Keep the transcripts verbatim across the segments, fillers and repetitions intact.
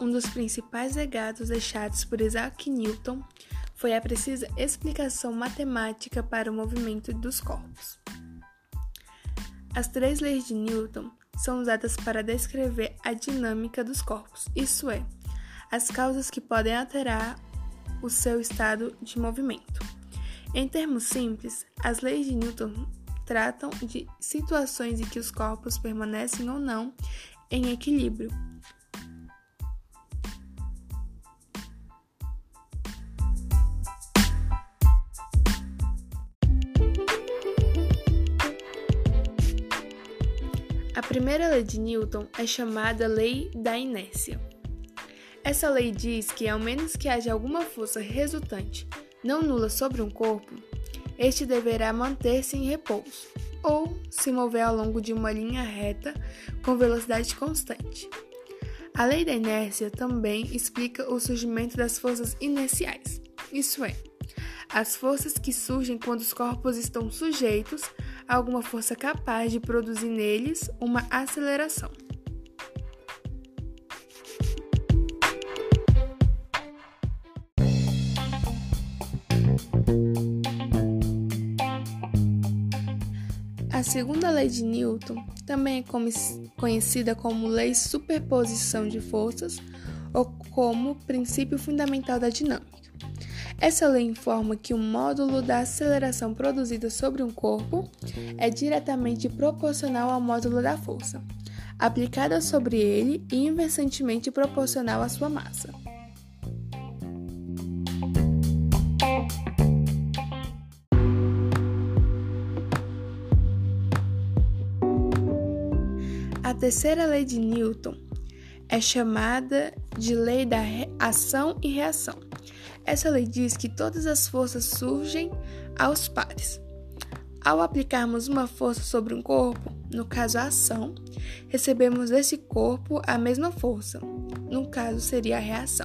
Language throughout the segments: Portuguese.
Um dos principais legados deixados por Isaac Newton foi a precisa explicação matemática para o movimento dos corpos. As três leis de Newton são usadas para descrever a dinâmica dos corpos, isso é, as causas que podem alterar o seu estado de movimento. Em termos simples, as leis de Newton tratam de situações em que os corpos permanecem ou não em equilíbrio. A primeira lei de Newton é chamada Lei da Inércia. Essa lei diz que, ao menos que haja alguma força resultante não nula sobre um corpo, este deverá manter-se em repouso, ou se mover ao longo de uma linha reta com velocidade constante. A lei da inércia também explica o surgimento das forças inerciais, isso é, as forças que surgem quando os corpos estão sujeitos a alguma força capaz de produzir neles uma aceleração. A segunda lei de Newton também é conhecida como lei de superposição de forças ou como princípio fundamental da dinâmica. Essa lei informa que o módulo da aceleração produzida sobre um corpo é diretamente proporcional ao módulo da força, aplicada sobre ele e inversentemente proporcional à sua massa. A terceira lei de Newton é chamada de lei da ação e reação. Essa lei diz que todas as forças surgem aos pares. Ao aplicarmos uma força sobre um corpo, no caso a ação, recebemos desse corpo a mesma força, no caso seria a reação,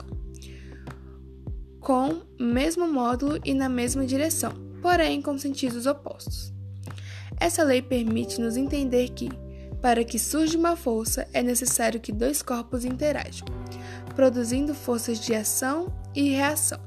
com o mesmo módulo e na mesma direção, porém com sentidos opostos. Essa lei permite-nos entender que, para que surja uma força, é necessário que dois corpos interajam, produzindo forças de ação e reação.